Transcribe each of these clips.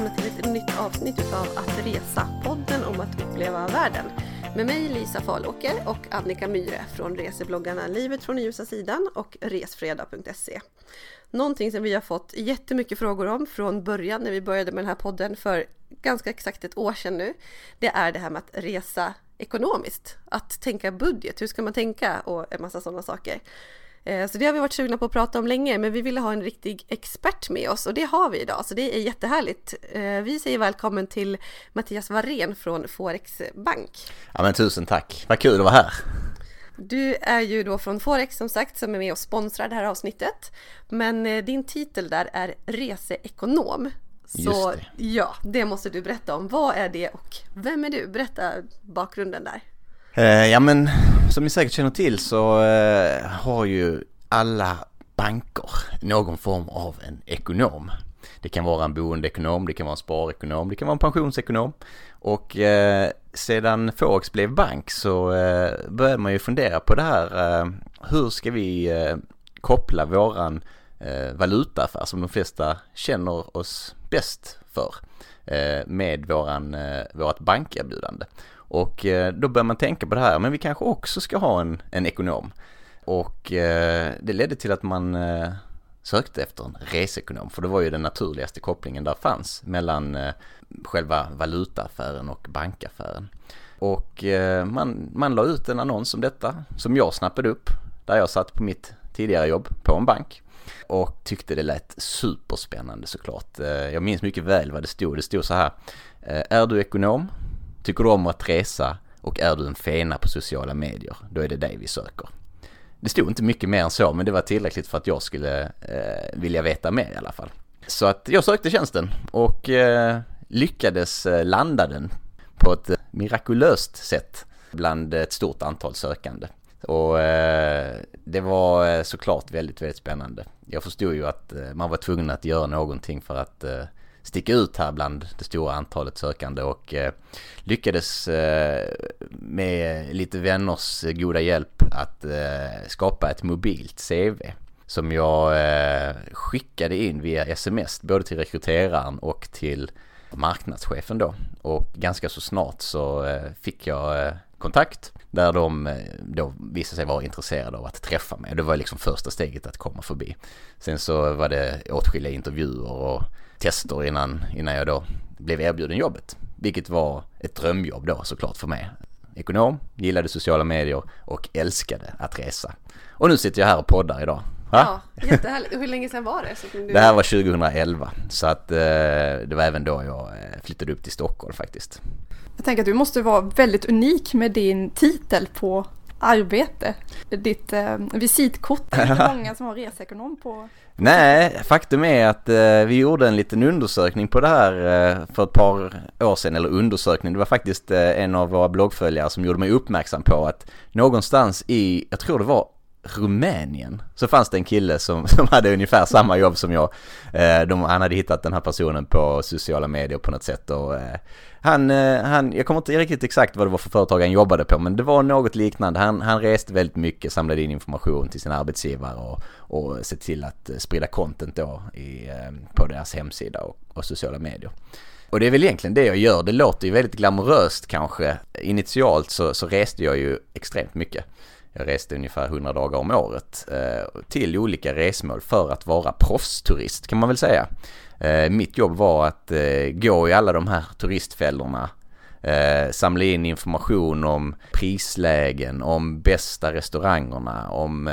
välkomna till ett nytt avsnitt utav Att resa, podden om att uppleva världen. Med mig Lisa Falåker och Annika Myhre från resebloggarna Livet från ljusa sidan och resfredag.se. Någonting som vi har fått jättemycket frågor om från början när vi började med den här podden för ganska exakt ett år sedan nu. Det är det här med att resa ekonomiskt, att tänka budget, hur ska man tänka och en massa sådana saker. Så det har vi varit sugna på att prata om länge, men vi ville ha en riktig expert med oss och det har vi idag, så det är jättehärligt. Vi säger välkommen till Mattias Warén från Forex Bank. Ja, men tusen tack, vad kul att vara här. Du är ju då från Forex som sagt som är med och sponsrar det här avsnittet, men din titel där är reseekonom. Så ja, det måste du berätta om. Vad är det och vem är du? Berätta bakgrunden där. Ja, men som ni säkert känner till så har ju alla banker någon form av en ekonom. Det kan vara en boendeekonom, det kan vara en sparekonom, det kan vara en pensionsekonom. Och sedan Forex blev bank så började man ju fundera på det här. Hur ska vi koppla våran valutaaffär som de flesta känner oss bäst för med vårt bankerbjudande. Och då börjar man tänka på det här, men vi kanske också ska ha en ekonom. Och det ledde till att man sökte efter en reseekonom, för det var ju den naturligaste kopplingen där fanns mellan själva valutaaffären och bankaffären. Och man la ut en annons om detta som jag snappade upp, där jag satt på mitt tidigare jobb på en bank. Och tyckte det lät superspännande såklart. Jag minns mycket väl vad det stod. Det stod så här: är du ekonom? Tycker du om att resa och är du en fena på sociala medier, då är det dig vi söker. Det stod inte mycket mer än så, men det var tillräckligt för att jag skulle vilja veta mer i alla fall. Så att jag sökte tjänsten och lyckades landa den på ett mirakulöst sätt bland ett stort antal sökande. Och det var såklart väldigt, väldigt spännande. Jag förstod ju att man var tvungen att göra någonting för att sticka ut här bland det stora antalet sökande och lyckades med lite vänners goda hjälp att skapa ett mobilt CV som jag skickade in via sms både till rekryteraren och till marknadschefen då. Och ganska så snart så fick jag kontakt där de då visade sig vara intresserade av att träffa mig. Det var liksom första steget att komma förbi. Sen så var det åtskilliga intervjuer och tester innan jag då blev erbjuden jobbet. Vilket var ett drömjobb då såklart för mig. Ekonom, gillade sociala medier och älskade att resa. Och nu sitter jag här och poddar idag. Ja, jättehärligt. Och hur länge sedan var det? Det här var 2011. Så att det var även då jag flyttade upp till Stockholm faktiskt. Jag tänker att du måste vara väldigt unik med din titel på arbete. Ditt visitkort. Det är inte många som har reseekonom på. Nej, faktum är att vi gjorde en liten undersökning på det här för ett par år sedan. Eller undersökning, det var faktiskt en av våra bloggföljare som gjorde mig uppmärksam på att någonstans i, jag tror det var Rumänien, så fanns det en kille som hade ungefär samma jobb som jag. Han hade hittat den här personen på sociala medier på något sätt och han, jag kommer inte riktigt exakt vad det var för företag han jobbade på, men det var något liknande. Han reste väldigt mycket, samlade in information till sina arbetsgivare och se till att sprida content då på deras hemsida och sociala medier. Och det är väl egentligen det jag gör. Det låter ju väldigt glamoröst kanske. Initialt så reste jag ju extremt mycket. Jag reste ungefär 100 dagar om året till olika resmål för att vara proffsturist kan man väl säga. Mitt jobb var att gå i alla de här turistfällorna, samla in information om prislägen, om bästa restaurangerna, om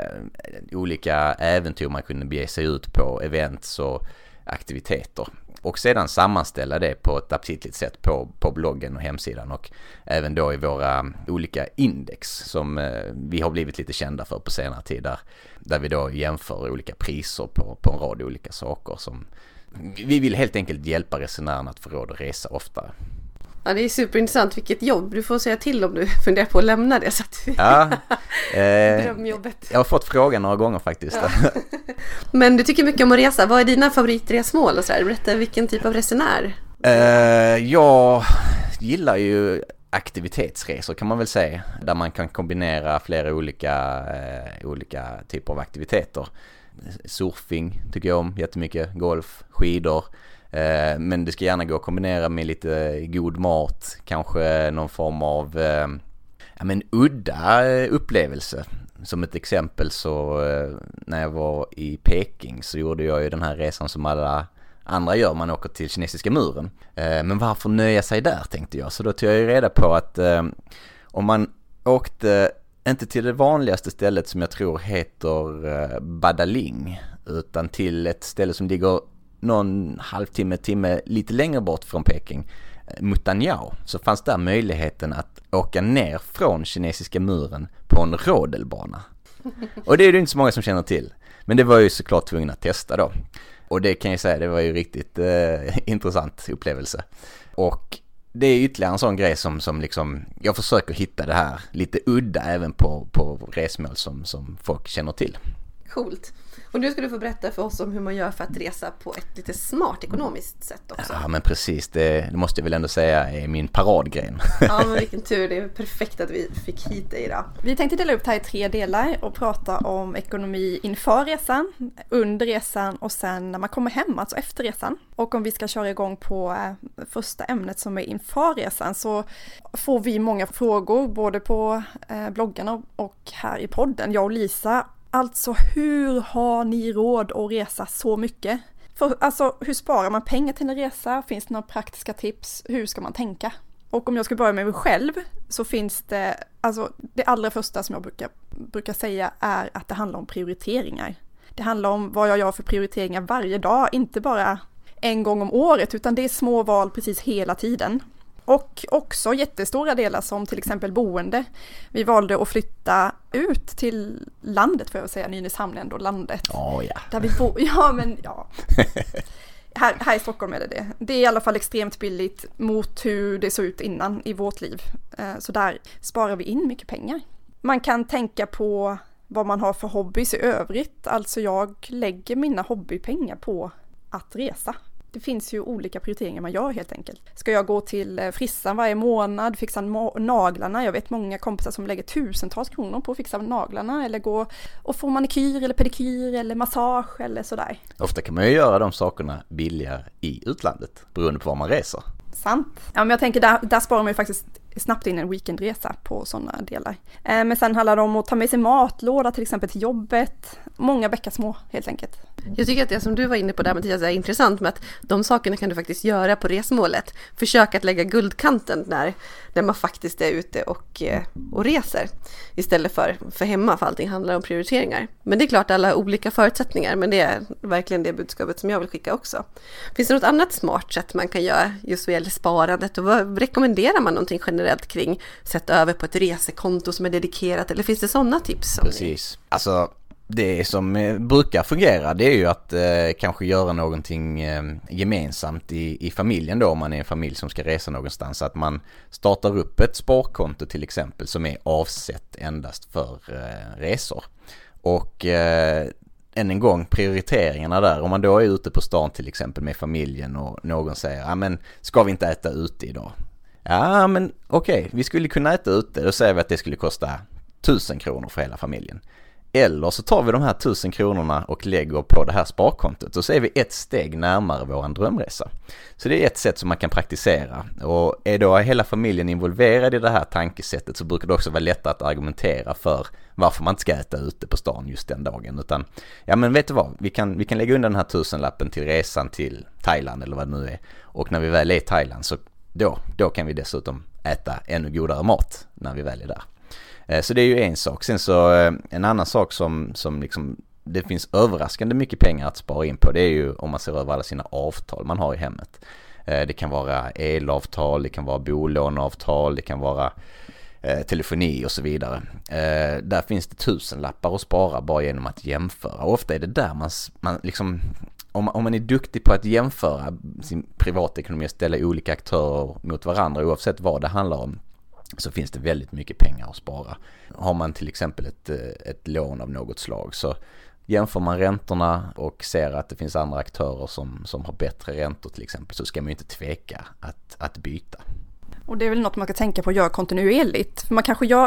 olika äventyr man kunde bege sig ut på, events och aktiviteter. Och sedan sammanställa det på ett aptitligt sätt på bloggen och hemsidan och även då i våra olika index som vi har blivit lite kända för på senare tid där vi då jämför olika priser på en rad olika saker som vi vill helt enkelt hjälpa resenärerna att få råd att resa oftare. Ja, det är superintressant. Vilket jobb. Du får säga till om du funderar på att lämna det. Så att drömjobbet. Jag har fått frågan några gånger faktiskt. Ja. Men du tycker mycket om att resa. Vad är dina favoritresmål? Och så här? Berätta vilken typ av resenär. Jag gillar ju aktivitetsresor kan man väl säga. Där man kan kombinera flera olika typer av aktiviteter. Surfing tycker jag om jättemycket. Golf, skidor. Men det ska gärna gå att kombinera med lite god mat, kanske någon form av udda upplevelse. Som ett exempel så när jag var i Peking så gjorde jag ju den här resan som alla andra gör, man åker till kinesiska muren. Men varför nöja sig där, tänkte jag. Så då tog jag ju reda på att om man åkte inte till det vanligaste stället som jag tror heter Badaling, utan till ett ställe som ligger någon timme lite längre bort från Peking, Mutanyao, så fanns där möjligheten att åka ner från kinesiska muren på en rodelbana. Och det är det inte så många som känner till. Men det var ju såklart tvungen att testa då. Och det kan jag säga, det var ju riktigt intressant upplevelse. Och det är ytterligare en sån grej som liksom, jag försöker hitta det här lite udda även på resmål som folk känner till. Coolt. Och nu ska du få berätta för oss om hur man gör för att resa på ett lite smart ekonomiskt sätt också. Ja, men precis. Det måste jag väl ändå säga är min paradgren. Ja, men vilken tur. Det är perfekt att vi fick hit dig idag. Vi tänkte dela upp det här i 3 delar och prata om ekonomi inför resan, under resan och sen när man kommer hem, alltså efter resan. Och om vi ska köra igång på första ämnet som är inför resan, så får vi många frågor både på bloggarna och här i podden. Jag och Lisa, alltså hur har ni råd att resa så mycket? Alltså hur sparar man pengar till en resa? Finns det några praktiska tips? Hur ska man tänka? Och om jag ska börja med mig själv så finns det, alltså det allra första som jag brukar säga är att det handlar om prioriteringar. Det handlar om vad jag gör för prioriteringar varje dag, inte bara en gång om året, utan det är små val precis hela tiden. Och också jättestora delar som till exempel boende. Vi valde att flytta ut till landet, får jag säga, Nynäshamn ändå, landet. Ja. Där vi bor. Ja, men ja. Här i Stockholm är det. Det är i alla fall extremt billigt mot hur det såg ut innan i vårt liv. Så där sparar vi in mycket pengar. Man kan tänka på vad man har för hobbys i övrigt. Alltså jag lägger mina hobbypengar på att resa. Det finns ju olika prioriteringar man gör helt enkelt. Ska jag gå till frissan varje månad, fixa naglarna? Jag vet många kompisar som lägger tusentals kronor på att fixa naglarna eller gå och få manikyr eller pedikyr eller massage eller sådär. Ofta kan man ju göra de sakerna billigare i utlandet beroende på var man reser. Sant. Ja, men jag tänker där sparar man ju faktiskt snabbt in en weekendresa på sådana delar. Men sen handlar det om att ta med sig matlåda till exempel till jobbet. Många bäckar små helt enkelt. Jag tycker att det som du var inne på där, Mattias, är intressant med att de sakerna kan du faktiskt göra på resmålet. Försök att lägga guldkanten när man faktiskt är ute och reser istället för hemma, för allting handlar om prioriteringar. Men det är klart alla har olika förutsättningar, men det är verkligen det budskapet som jag vill skicka också. Finns det något annat smart sätt man kan göra just vad gäller sparandet, och vad rekommenderar man någonting generellt kring sätta över på ett resekonto som är dedikerat, eller finns det sådana tips? Precis. Alltså det som brukar fungera, det är ju att kanske göra någonting gemensamt i familjen då, om man är en familj som ska resa någonstans. Att man startar upp ett sparkonto till exempel som är avsett endast för resor. Och än en gång, prioriteringarna där. Om man då är ute på stan till exempel med familjen och någon säger, ja men ska vi inte äta ute idag? Ja men okej, vi skulle kunna äta ute. Då säger vi att det skulle kosta 1000 kronor för hela familjen. Eller så tar vi de här 1000 kronorna och lägger på det här sparkontot. Och så är vi ett steg närmare våran drömresa. Så det är ett sätt som man kan praktisera. Och är då hela familjen involverad i det här tankesättet så brukar det också vara lättare att argumentera för varför man inte ska äta ute på stan just den dagen. Utan, ja men vet du vad, vi kan lägga undan den här 1000-lappen till resan till Thailand eller vad det nu är. Och när vi väl är i Thailand så då kan vi dessutom äta ännu godare mat när vi väl är där. Så det är ju en sak. Sen så en annan sak som liksom det finns överraskande mycket pengar att spara in på, det är ju om man ser över alla sina avtal man har i hemmet. Det kan vara elavtal, det kan vara bolåneavtal, det kan vara telefoni och så vidare. Där finns det 1000-lappar att spara bara genom att jämföra. Och ofta är det där man liksom, om man är duktig på att jämföra sin privatekonomi och ställa olika aktörer mot varandra oavsett vad det handlar om, så finns det väldigt mycket pengar att spara. Har man till exempel ett lån av något slag så jämför man räntorna och ser att det finns andra aktörer som har bättre räntor till exempel, så ska man ju inte tveka att byta. Och det är väl något man ska tänka på att göra kontinuerligt. För man kanske gör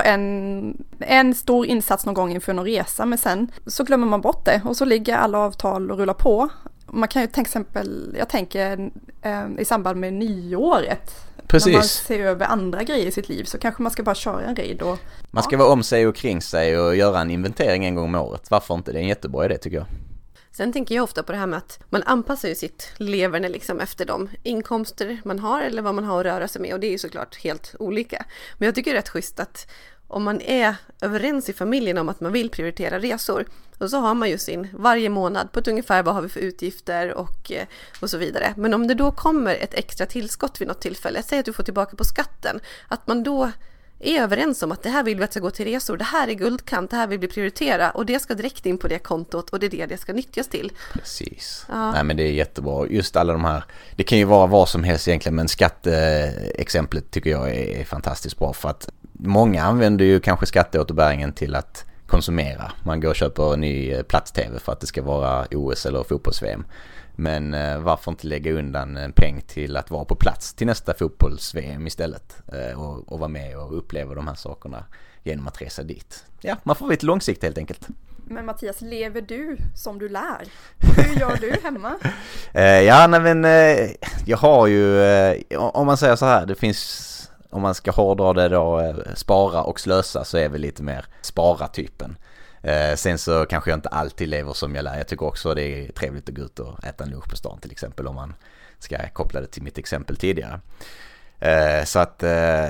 en stor insats någon gång inför någon resa, men sen så glömmer man bort det och så ligger alla avtal och rullar på. man kan ju till exempel, jag tänker i samband med nyåret. Precis. När man ser över andra grejer i sitt liv så kanske man ska bara köra en raid. Man ska vara om sig och kring sig och göra en inventering en gång om året. Varför inte? Det är en jättebra idé tycker jag. Sen tänker jag ofta på det här med att man anpassar ju sitt leverne liksom efter de inkomster man har eller vad man har att röra sig med. Och det är ju såklart helt olika. Men jag tycker det är rätt schysst att om man är överens i familjen om att man vill prioritera resor, och så har man ju sin varje månad på ett ungefär vad har vi för utgifter och så vidare. Men om det då kommer ett extra tillskott vid något tillfälle, säg att du får tillbaka på skatten, att man då är överens om att det här vill vi att ska gå till resor, det här är guldkant, det här vill vi prioritera och det ska direkt in på det kontot och det är det ska nyttjas till. Precis. Ja. Nej men det är jättebra. Just alla de här, det kan ju vara vad som helst egentligen, men skatteexemplet tycker jag är fantastiskt bra för att många använder ju kanske skatteåterbäringen till att konsumera. Man går och köper en ny plats-tv för att det ska vara OS eller fotbolls-VM. Men varför inte lägga undan en peng till att vara på plats till nästa fotbolls-VM istället och vara med och uppleva de här sakerna genom att resa dit. Ja, man får vara lite långsiktigt helt enkelt. Men Mattias, lever du som du lär? Hur gör du hemma? Jag har ju, om man säger så här, det finns, om man ska hårdra det då, spara och slösa, så är vi lite mer spara-typen. Sen så kanske jag inte alltid lever som jag lär. Jag tycker också det är trevligt att gå ut och äta en lunch på stan till exempel, om man ska koppla det till mitt exempel tidigare. Så att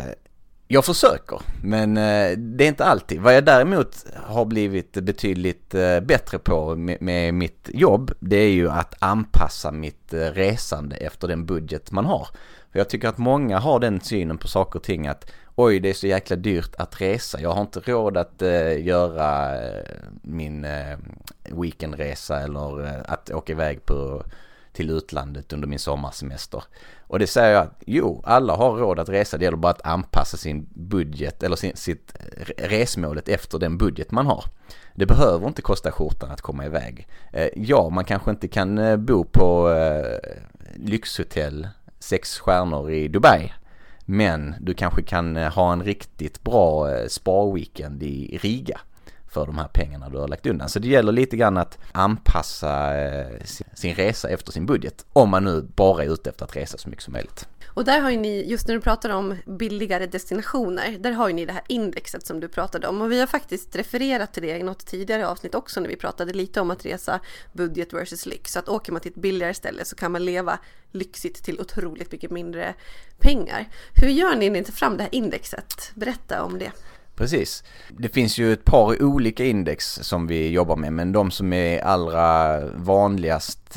jag försöker, men det är inte alltid. Vad jag däremot har blivit betydligt bättre på med mitt jobb, det är ju att anpassa mitt resande efter den budget man har. För jag tycker att många har den synen på saker och ting att oj, det är så jäkla dyrt att resa. Jag har inte råd att göra min weekendresa eller att åka iväg till utlandet under min sommarsemester. Och det säger jag att jo, alla har råd att resa. Det gäller bara att anpassa sin budget eller sitt resmålet efter den budget man har. Det behöver inte kosta skjortan att komma iväg. Ja, man kanske inte kan bo på lyxhotell 6 stjärnor i Dubai. Men du kanske kan ha en riktigt bra spa-weekend i Riga för de här pengarna du har lagt undan. Så det gäller lite grann att anpassa sin resa efter sin budget. Om man nu bara är ute efter att resa så mycket som möjligt. Och där har ju ni, just när du pratar om billigare destinationer, där har ju ni det här indexet som du pratade om. Och vi har faktiskt refererat till det i något tidigare avsnitt också när vi pratade lite om att resa budget versus lyx. Så att åker man till ett billigare ställe så kan man leva lyxigt till otroligt mycket mindre pengar. Hur gör ni inte fram det här indexet? Berätta om det. Precis. Det finns ju ett par olika index som vi jobbar med, men de som är allra vanligast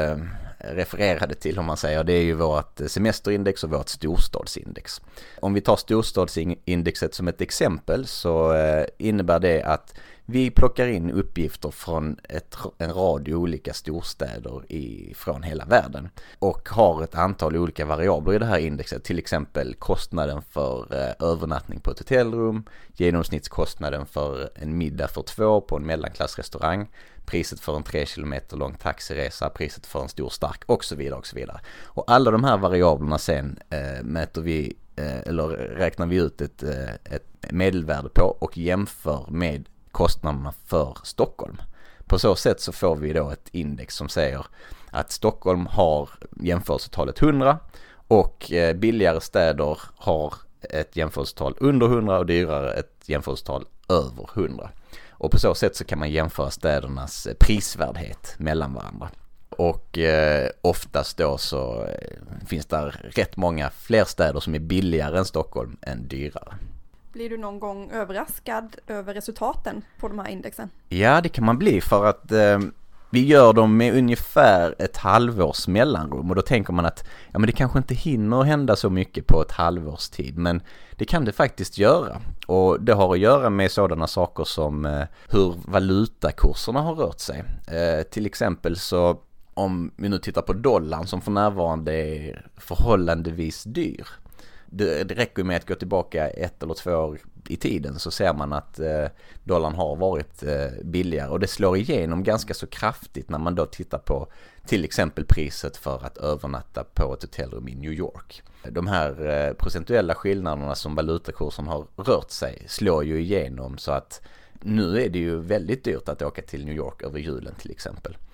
refererade till, om man säger, det är ju vårt semesterindex och vårt storstadsindex. Om vi tar storstadsindexet som ett exempel så innebär det att vi plockar in uppgifter från en rad olika storstäder från hela världen och har ett antal olika variabler i det här indexet. Till exempel kostnaden för övernattning på ett hotellrum, genomsnittskostnaden för en middag för 2 på en mellanklassrestaurang, priset för en 3 kilometer lång taxiresa, priset för en stor stark och så vidare och så vidare. Och alla de här variablerna sen mäter vi eller räknar vi ut ett medelvärde på och jämför med kostnaderna för Stockholm. På så sätt så får vi då ett index som säger att Stockholm har jämförelsetalet 100 och billigare städer har ett jämförelsetal under 100 och dyrare ett jämförelsetal över 100. Och på så sätt så kan man jämföra städernas prisvärdhet mellan varandra. Och oftast då så finns där rätt många fler städer som är billigare än Stockholm än dyrare. Blir du någon gång överraskad över resultaten på de här indexen? Ja, det kan man bli för att vi gör dem med ungefär ett halvårs mellanrum och då tänker man att ja, men det kanske inte hinner hända så mycket på ett halvårs tid, men det kan det faktiskt göra. Och det har att göra med sådana saker som hur valutakurserna har rört sig. Till exempel så om vi nu tittar på dollarn som för närvarande är förhållandevis dyr. Det räcker med att gå tillbaka 1 eller 2 år i tiden så ser man att dollarn har varit billigare och det slår igenom ganska så kraftigt när man då tittar på till exempel priset för att övernatta på ett hotellrum i New York. De här procentuella skillnaderna som valutakursen har rört sig slår ju igenom så att nu är det ju väldigt dyrt att åka till New York över julen till exempel.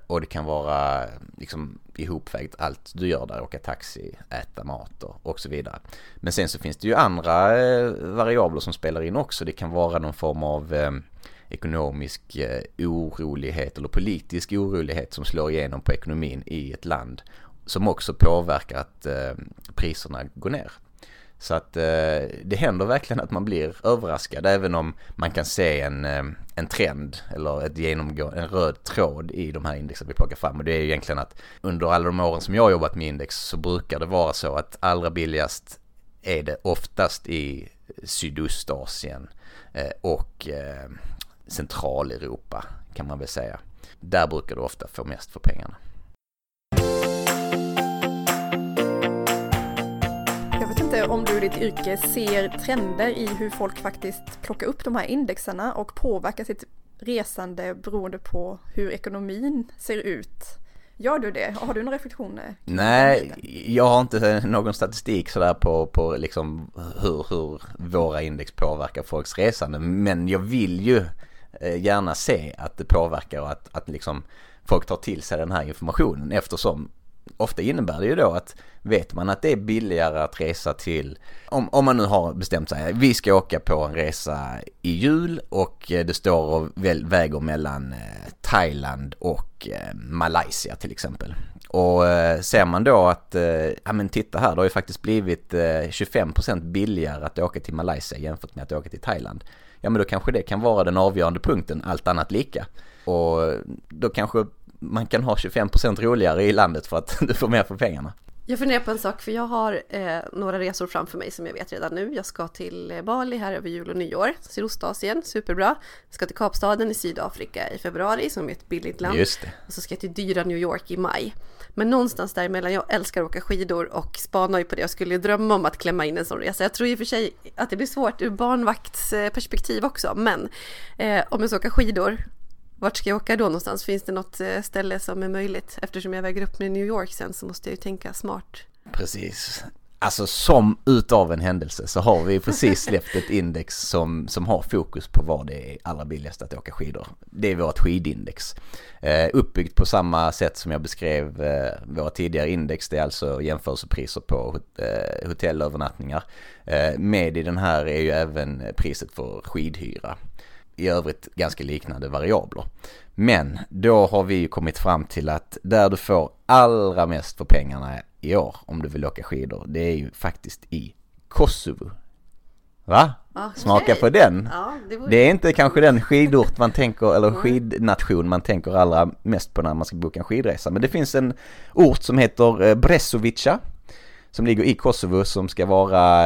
och det kan vara liksom ihopvägt allt du gör där, åka taxi, äta mat och så vidare. Men sen så finns det ju andra variabler som spelar in också. Det kan vara någon form av ekonomisk orolighet eller politisk orolighet som slår igenom på ekonomin i ett land, som också påverkar att priserna går ner. Så att det händer verkligen att man blir överraskad, även om man kan se en trend eller en röd tråd i de här indexen vi plockar fram. Och det är ju egentligen att under alla de åren som jag har jobbat med index så brukar det vara så att allra billigast är det oftast i Sydostasien och Centraleuropa, kan man väl säga. Där brukar du ofta få mest för pengarna. Jag vet inte om du i ditt yrke ser trender i hur folk faktiskt plockar upp de här indexerna och påverkar sitt resande beroende på hur ekonomin ser ut. Gör du det? Har du några reflektioner? Nej, jag har inte någon statistik sådär på liksom hur våra index påverkar folks resande. Men jag vill ju gärna se att det påverkar och att liksom folk tar till sig den här informationen, eftersom ofta innebär det ju då att vet man att det är billigare att resa till, om man nu har bestämt sig, vi ska åka på en resa i jul och det står och väger mellan Thailand och Malaysia till exempel. Och ser man då att, ja men titta här, det har ju faktiskt blivit 25% billigare att åka till Malaysia jämfört med att åka till Thailand. Ja men då kanske det kan vara den avgörande punkten, allt annat lika. Och då kanske man kan ha 25% roligare i landet för att du får mer för pengarna. Jag funderar på en sak, för jag har några resor framför mig som jag vet redan nu. Jag ska till Bali här över jul och nyår, Sydostasien, superbra. Jag ska till Kapstaden i Sydafrika i februari som är ett billigt land. Just det. Och så ska jag till dyra New York i maj. Men någonstans däremellan, jag älskar att åka skidor och spanar ju på det. Jag skulle drömma om att klämma in en sån resa. Jag tror i och för sig att det blir svårt ur barnvaktsperspektiv också. Men om jag ska åka skidor, vart ska jag åka då någonstans? Finns det något ställe som är möjligt? Eftersom jag väger upp med New York sen så måste jag ju tänka smart. Precis. Alltså som utav en händelse så har vi precis släppt ett index som har fokus på vad det är allra billigast att åka skidor. Det är vårt skidindex. Uppbyggt på samma sätt som jag beskrev våra tidigare index. Det är alltså jämförelsepriser på hotellövernattningar. Med i den här är ju även priset för skidhyra. I övrigt ganska liknande variabler. Men då har vi kommit fram till att där du får allra mest för pengarna i år om du vill åka skidor, det är ju faktiskt i Kosovo. Va? Okay. Smaka på den. Ja, det är inte kanske den skidort man tänker, eller skidnation man tänker allra mest på när man ska boka en skidresa. Men det finns en ort som heter Brezovica som ligger i Kosovo som ska vara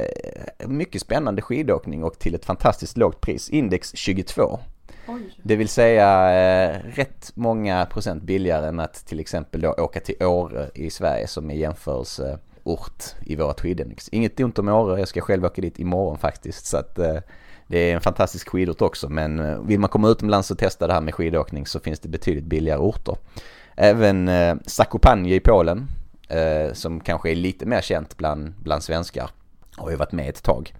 mycket spännande skidåkning och till ett fantastiskt lågt pris. Index 22. Oj. Det vill säga rätt många procent billigare än att till exempel då åka till Åre i Sverige som är jämförelseort i vårt skidindex. Inget ont om Åre, jag ska själv åka dit imorgon faktiskt, så att det är en fantastisk skidort också. Men vill man komma utomlands och testa det här med skidåkning så finns det betydligt billigare orter. Även Zakopane i Polen, som kanske är lite mer känt bland svenskar, har ju varit med ett tag.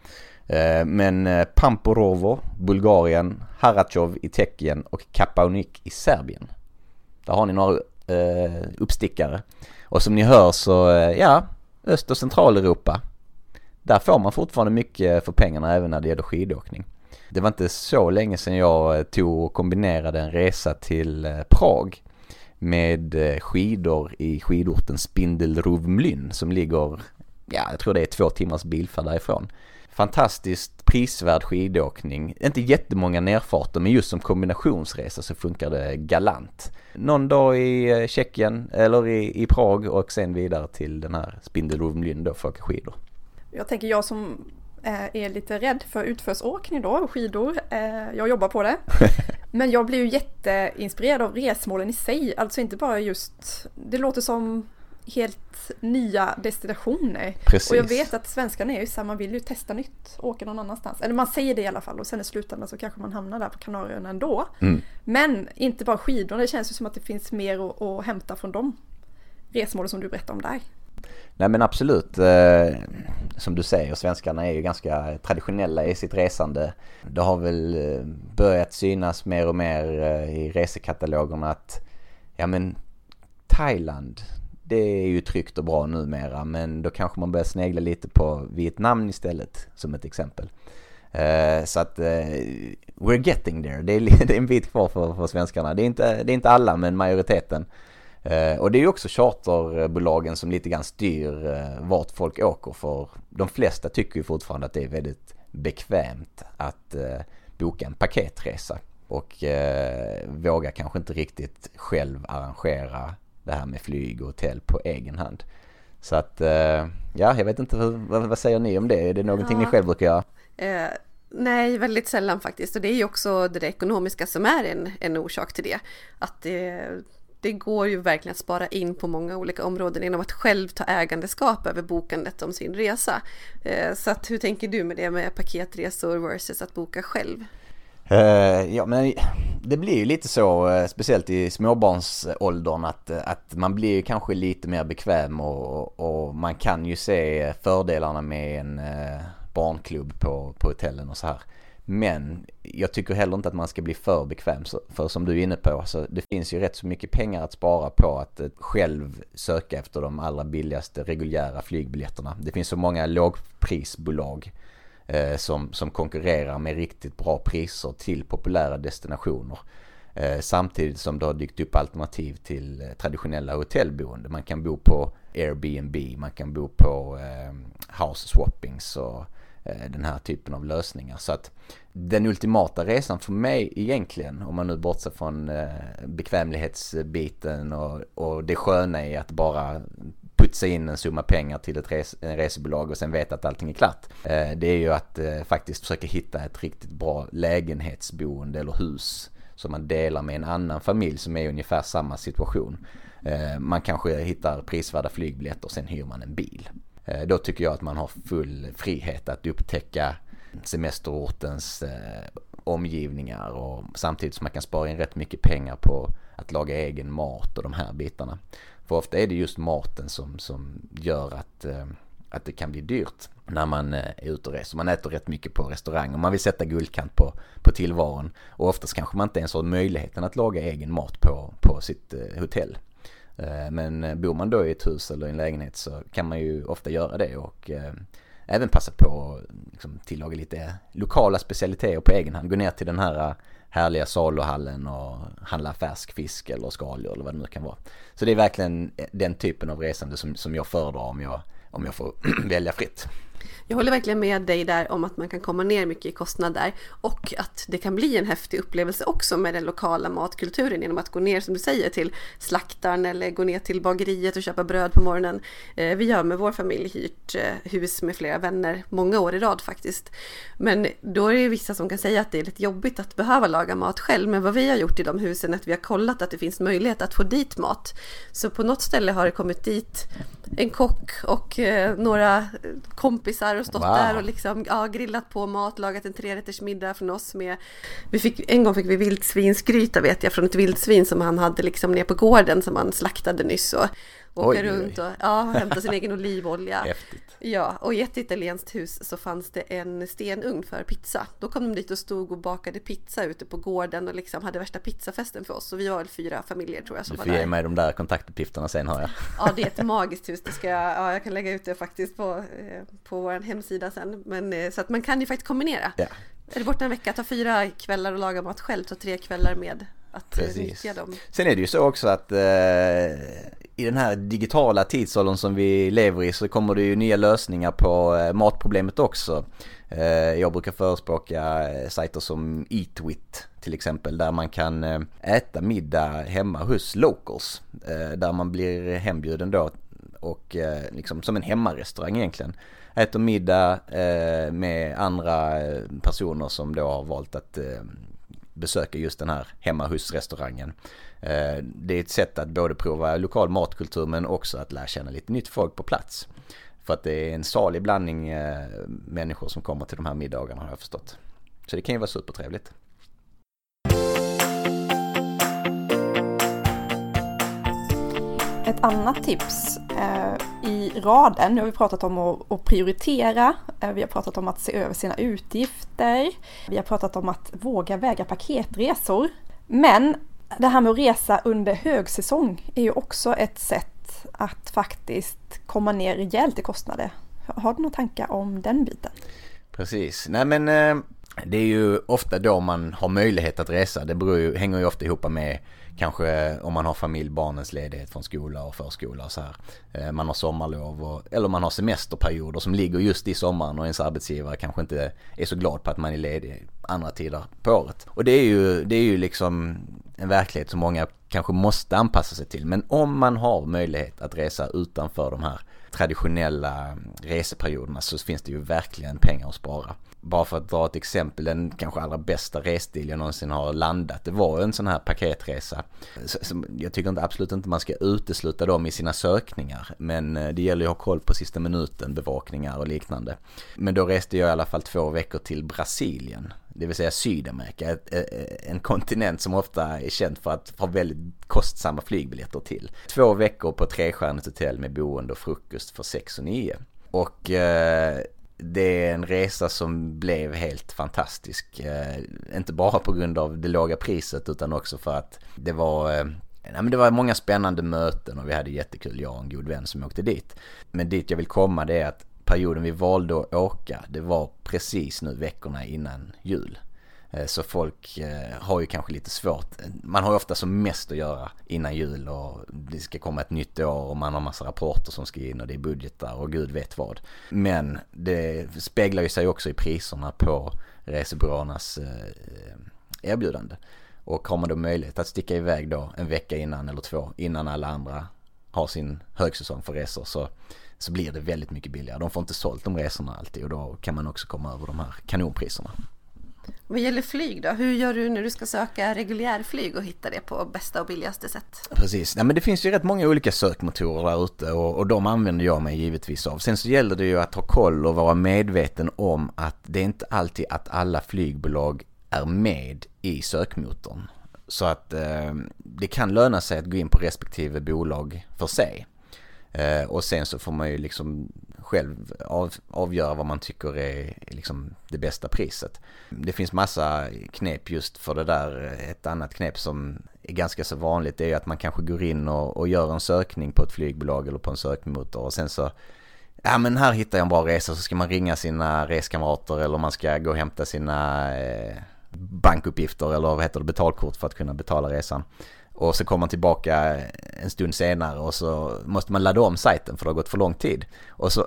Men Pamporovo, Bulgarien, Haratjov i Tjeckien och Kapaonik i Serbien. Där har ni några uppstickare. Och som ni hör så, ja, Öst- och Centraleuropa, där får man fortfarande mycket för pengarna även när det gäller skidåkning. Det var inte så länge sedan jag tog och kombinerade en resa till Prag med skidor i skidorten Spindelruvmlyn som ligger, ja, jag tror det är 2 timmars bilfärd därifrån. Fantastiskt prisvärd skidåkning. Inte jättemånga nerfarter, men just som kombinationsresa så funkar det galant. Någon dag i Tjeckien eller i Prag och sen vidare till den här Spindelruvmlyn då för att åka skidor. Jag tänker, jag som är lite rädd för utförsåkning då och skidor, jag jobbar på det. Men jag blir ju jätteinspirerad av resmålen i sig. Alltså inte bara just, det låter som helt nya destinationer. Precis. Och jag vet att svenskarna är ju så här, man vill ju testa nytt, åka någon annanstans. Eller man säger det i alla fall, och sen i slutändan så kanske man hamnar där på Kanarieöarna ändå. Mm. Men inte bara skidor, det känns ju som att det finns mer att hämta från de resmål som du berättar om där. Nej men absolut, som du säger, svenskarna är ju ganska traditionella i sitt resande. Det har väl börjat synas mer och mer i resekatalogerna att ja men Thailand, det är ju tryggt och bra numera, men då kanske man börjar snegla lite på Vietnam istället som ett exempel. Så att we're getting there. Det är en bit kvar för svenskarna. Det är inte alla, men majoriteten. Och det är ju också charterbolagen som lite grann styr vart folk åker, för de flesta tycker ju fortfarande att det är väldigt bekvämt att boka en paketresa och vågar kanske inte riktigt själv arrangera det här med flyg och hotell på egen hand. Så att jag vet inte, vad säger ni om det? Är det någonting ni själv brukar göra? Nej, väldigt sällan faktiskt. Och det är ju också det ekonomiska som är en orsak till det. Att det går ju verkligen att spara in på många olika områden genom att själv ta ägandeskap över bokandet om sin resa. Så att, hur tänker du med det med paketresor versus att boka själv? Ja, men det blir ju lite så, speciellt i småbarnsåldern, att man blir kanske lite mer bekväm och man kan ju se fördelarna med en barnklubb på hotellen och så här. Men jag tycker heller inte att man ska bli för bekväm, för som du är inne på, så det finns ju rätt så mycket pengar att spara på att själv söka efter de allra billigaste reguljära flygbiljetterna. Det finns så många lågprisbolag som konkurrerar med riktigt bra priser till populära destinationer. Samtidigt som det har dykt upp alternativ till traditionella hotellboende. Man kan bo på Airbnb, man kan bo på house swappings och den här typen av lösningar. Så att den ultimata resan för mig egentligen, om man nu bortser från bekvämlighetsbiten och det sköna i att bara putsa in en summa pengar till ett resebolag och sen veta att allting är klart. Det är ju att faktiskt försöka hitta ett riktigt bra lägenhetsboende eller hus som man delar med en annan familj som är i ungefär samma situation. Man kanske hittar prisvärda flygbiljetter och sen hyr man en bil. Då tycker jag att man har full frihet att upptäcka semesterortens omgivningar, och samtidigt som man kan spara in rätt mycket pengar på att laga egen mat och de här bitarna. För ofta är det just maten som gör att det kan bli dyrt när man är ute och reser. Man äter rätt mycket på restaurang och man vill sätta guldkant på tillvaron. Och oftast kanske man inte ens har möjligheten att laga egen mat på sitt hotell. Men bor man då i ett hus eller i en lägenhet så kan man ju ofta göra det och även passa på att liksom tillaga lite lokala specialiteter på egen hand. Gå ner till den här härliga saluhallen och handla färsk fisk eller skaldjur eller vad det nu kan vara. Så det är verkligen den typen av resande som jag föredrar om jag får välja fritt. Jag håller verkligen med dig där om att man kan komma ner mycket i kostnad där, och att det kan bli en häftig upplevelse också med den lokala matkulturen genom att gå ner, som du säger, till slaktaren eller gå ner till bageriet och köpa bröd på morgonen. Vi har med vår familj hyrt hus med flera vänner många år i rad faktiskt. Men då är det vissa som kan säga att det är lite jobbigt att behöva laga mat själv, men vad vi har gjort i de husen är att vi har kollat att det finns möjlighet att få dit mat. Så på något ställe har det kommit en kock och några kompisar och stått där och liksom, grillat på mat, lagat en 3-rättersmiddag från oss med. En gång fick vi vildsvinsgryta, vet jag, från ett vildsvin som han hade liksom ner på gården som han slaktade nyss, och åka runt och hämta sin egen olivolja. Häftigt. Ja, och i ett italienskt hus så fanns det en stenugn för pizza. Då kom de dit och stod och bakade pizza ute på gården och liksom hade värsta pizzafesten för oss. Och vi var väl 4 familjer tror jag som var där. Du får ge mig de där kontaktuppgifterna sen, har jag. Ja, det är ett magiskt hus. Jag kan lägga ut det faktiskt på vår hemsida sen. Men, så att man kan ju faktiskt kombinera. Ja. Är det borta en vecka, ta 4 kvällar och laga mat själv, ta 3 kvällar med att nyttja dem. Sen är det ju så också att i den här digitala tidsåldern som vi lever i så kommer det ju nya lösningar på matproblemet också. Jag brukar förespråka sajter som Eatwit till exempel, där man kan äta middag hemma hos locals, där man blir hembjuden då och liksom som en hemmarestaurang egentligen. Äter middag med andra personer som då har valt att besöka just den här hemmahusrestaurangen. Det är ett sätt att både prova lokal matkultur men också att lära känna lite nytt folk på plats. För att det är en salig blandning människor som kommer till de här middagarna, har jag förstått. Så det kan ju vara supertrevligt. Ett annat tips i raden, nu har vi pratat om att prioritera, vi har pratat om att se över sina utgifter, vi har pratat om att våga väga paketresor. Men Det här med att resa under högsäsong är ju också ett sätt att faktiskt komma ner rejält i kostnader. Har du några tankar om den biten? Precis. Nej, men det är ju ofta då man har möjlighet att resa. Det hänger ju ofta ihop med kanske om man har familj, barnens ledighet från skola och förskola och så här. Man har sommarlov eller man har semesterperioder som ligger just i sommaren och ens arbetsgivare kanske inte är så glad på att man är ledig andra tider på året. Och det är ju liksom en verklighet som många kanske måste anpassa sig till. Men om man har möjlighet att resa utanför de här traditionella reseperioderna så finns det ju verkligen pengar att spara. Bara för att dra ett exempel, den kanske allra bästa restil jag någonsin har landat, det var en sån här paketresa. Jag tycker absolut inte man ska utesluta dem i sina sökningar, men det gäller ju att ha koll på sista minuten, bevakningar och liknande. Men då reste jag i alla fall 2 veckor till Brasilien, det vill säga Sydamerika, en kontinent som ofta är känd för att ha väldigt kostsamma flygbiljetter till. 2 veckor på 3-stjärnigt hotell med boende och frukost för 6 och 9. Och det är en resa som blev helt fantastisk. Inte bara på grund av det låga priset utan också för att det var många spännande möten och vi hade jättekul, jag och en god vän som åkte dit. Men dit jag vill komma, det är att perioden vi valde att åka, det var precis nu veckorna innan jul. Så folk har ju kanske lite svårt. Man har ju ofta som mest att göra innan jul och det ska komma ett nytt år och man har massa rapporter som ska in och det är budgetar och gud vet vad. Men det speglar ju sig också i priserna på resebyråernas erbjudande. Och har man då möjlighet att sticka iväg då en vecka innan eller 2 innan alla andra har sin högsäsong för resor så blir det väldigt mycket billigare. De får inte sålt de resorna alltid och då kan man också komma över de här kanonpriserna. Vad gäller flyg då? Hur gör du när du ska söka reguljärflyg och hitta det på bästa och billigaste sätt? Precis. Nej, men det finns ju rätt många olika sökmotorer där ute och de använder jag mig givetvis av. Sen så gäller det ju att ha koll och vara medveten om att det är inte alltid att alla flygbolag är med i sökmotorn. Så att det kan löna sig att gå in på respektive bolag för sig. Och sen så får man ju liksom själv avgöra vad man tycker är liksom det bästa priset. Det finns massa knep just för det där. Ett annat knep som är ganska så vanligt är att man kanske går in och gör en sökning på ett flygbolag eller på en sökmotor och sen så men här hittar jag en bra resa, så ska man ringa sina reskamrater eller man ska gå och hämta sina bankuppgifter eller betalkort för att kunna betala resan. Och så kommer man tillbaka en stund senare och så måste man ladda om sajten för det har gått för lång tid. Och så,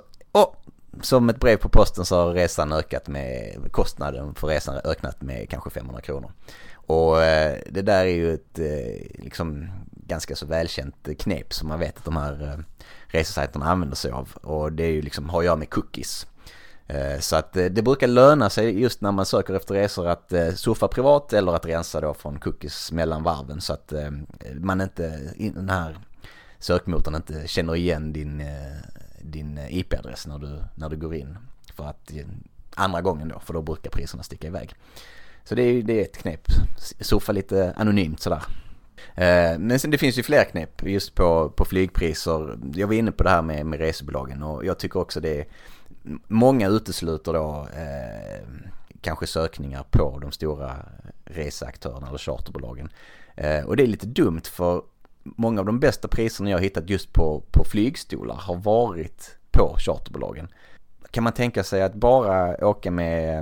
som ett brev på posten så har resan ökat med, kostnaden för resan ökat med kanske 500 kronor. Och det där är ju ett liksom ganska så välkänt knep som man vet att de här resesajterna använder sig av. Och det är ju liksom, har att göra med cookies. Så att det brukar löna sig just när man söker efter resor att surfa privat eller att rensa då från cookies mellan varven så att man inte, den här sökmotorn inte känner igen din IP-adress när du går in för att andra gången då, för då brukar priserna sticka iväg. Så det är ett knep, surfa lite anonymt sådär. Men sen det finns ju fler knep just på flygpriser. Jag var inne på det här med resebolagen och jag tycker också det är många utesluter då kanske sökningar på de stora reseaktörerna eller charterbolagen. Och det är lite dumt för många av de bästa priserna jag har hittat just på flygstolar har varit på charterbolagen. Kan man tänka sig att bara åka med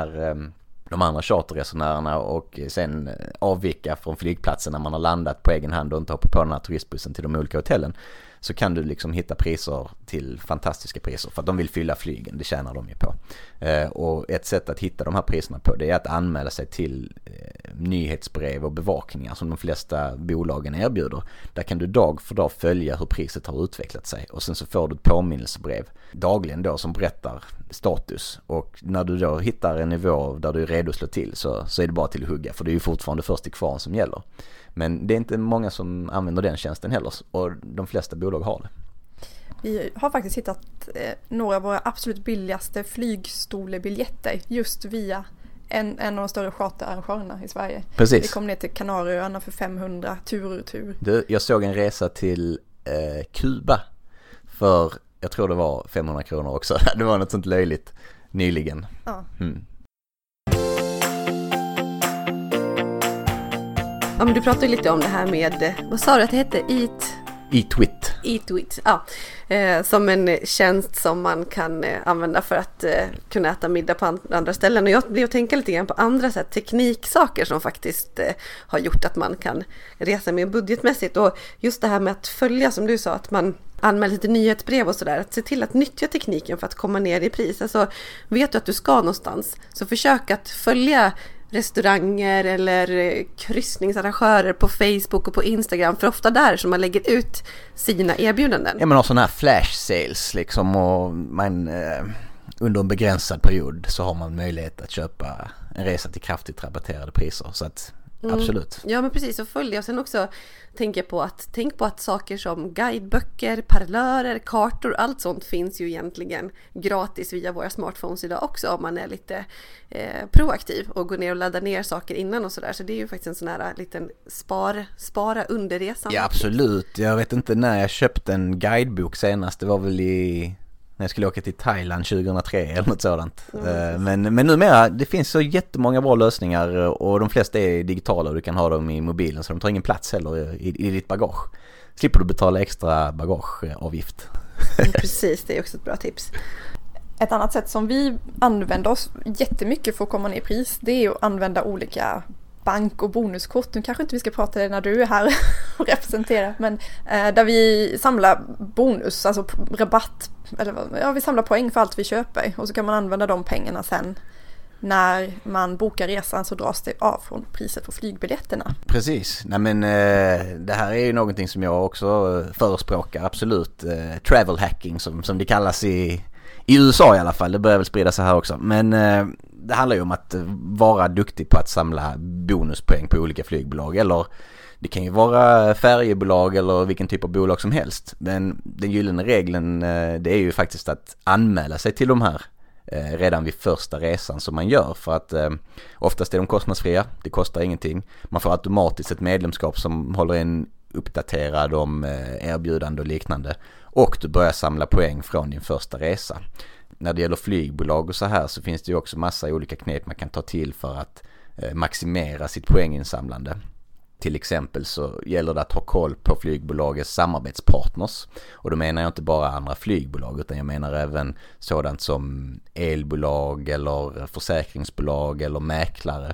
de andra charterresenärerna och sen avvika från flygplatsen när man har landat på egen hand och inte hoppa på den här turistbussen till de olika hotellen, så kan du liksom hitta priser till fantastiska priser för att de vill fylla flygen, det tjänar de ju på. Och ett sätt att hitta de här priserna på, det är att anmäla sig till nyhetsbrev och bevakningar som de flesta bolagen erbjuder. Där kan du dag för dag följa hur priset har utvecklat sig och sen så får du ett påminnelsebrev dagligen då som berättar status, och när du då hittar en nivå där du är redo att slå till så är det bara till att hugga, för det är ju fortfarande först i kvarn som gäller. Men det är inte många som använder den tjänsten heller och de flesta bolag har det. Vi har faktiskt hittat några av våra absolut billigaste flygstolebiljetter just via en av de större charterarrangörerna i Sverige. Precis. Vi kom ner till Kanarieöarna för 500 tur. Jag såg en resa till Kuba för, jag tror det var 500 kronor också. Det var något sånt löjligt nyligen. Ja. Ja, men du pratade lite om det här med, vad sa du att det hette? Eatwit. Eatwit, ja. Som en tjänst som man kan använda för att kunna äta middag på andra ställen. Och jag blev att tänka lite grann på andra sätt, tekniksaker som faktiskt har gjort att man kan resa mer budgetmässigt. Och just det här med att följa, som du sa, att man anmäler lite nyhetsbrev och sådär. Att se till att nyttja tekniken för att komma ner i pris. Alltså, vet du att du ska någonstans, så försök att följa restauranger eller kryssningsarrangörer på Facebook och på Instagram, för ofta där som man lägger ut sina erbjudanden. Ja, man har sådana här flash sales liksom, och man under en begränsad period så har man möjlighet att köpa en resa till kraftigt rabatterade priser, så att absolut. Ja, men precis, och följa. Och sen också tänk på att saker som guideböcker, parlörer, kartor, allt sånt finns ju egentligen gratis via våra smartphones idag också, om man är lite proaktiv och går ner och laddar ner saker innan och sådär. Så det är ju faktiskt en sån här liten spara under resan. Ja, absolut. Jag vet inte när jag köpte en guidebok senast. Det var väl när jag skulle åka till Thailand 2003 eller något sådant. Men numera, det finns så jättemånga bra lösningar, och de flesta är digitala och du kan ha dem i mobilen, så de tar ingen plats heller i ditt bagage. Slipper du betala extra bagageavgift. Precis, det är också ett bra tips. Ett annat sätt som vi använder oss jättemycket för att komma ner i pris, det är att använda olika bank- och bonuskort. Nu kanske inte vi ska prata det när du är här och representerar, men där vi samlar bonus, alltså rabatt, eller vi samlar poäng för allt vi köper, och så kan man använda de pengarna sen när man bokar resan, så dras det av från priset på flygbiljetterna. Precis. Nej, men det här är ju någonting som jag också förespråkar, absolut. Travel hacking som det kallas i USA i alla fall. Det börjar väl sprida sig här också. Men det handlar ju om att vara duktig på att samla bonuspoäng på olika flygbolag, eller det kan ju vara färjebolag eller vilken typ av bolag som helst. Men den gyllene regeln, det är ju faktiskt att anmäla sig till de här redan vid första resan som man gör, för att oftast är de kostnadsfria, det kostar ingenting. Man får automatiskt ett medlemskap som håller en uppdaterad om erbjudande och liknande, och du börjar samla poäng från din första resa. När det gäller flygbolag och så här, så finns det ju också massa olika knep man kan ta till för att maximera sitt poänginsamlande. Till exempel så gäller det att ha koll på flygbolagets samarbetspartners. Och då menar jag inte bara andra flygbolag, utan jag menar även sådant som elbolag eller försäkringsbolag eller mäklare.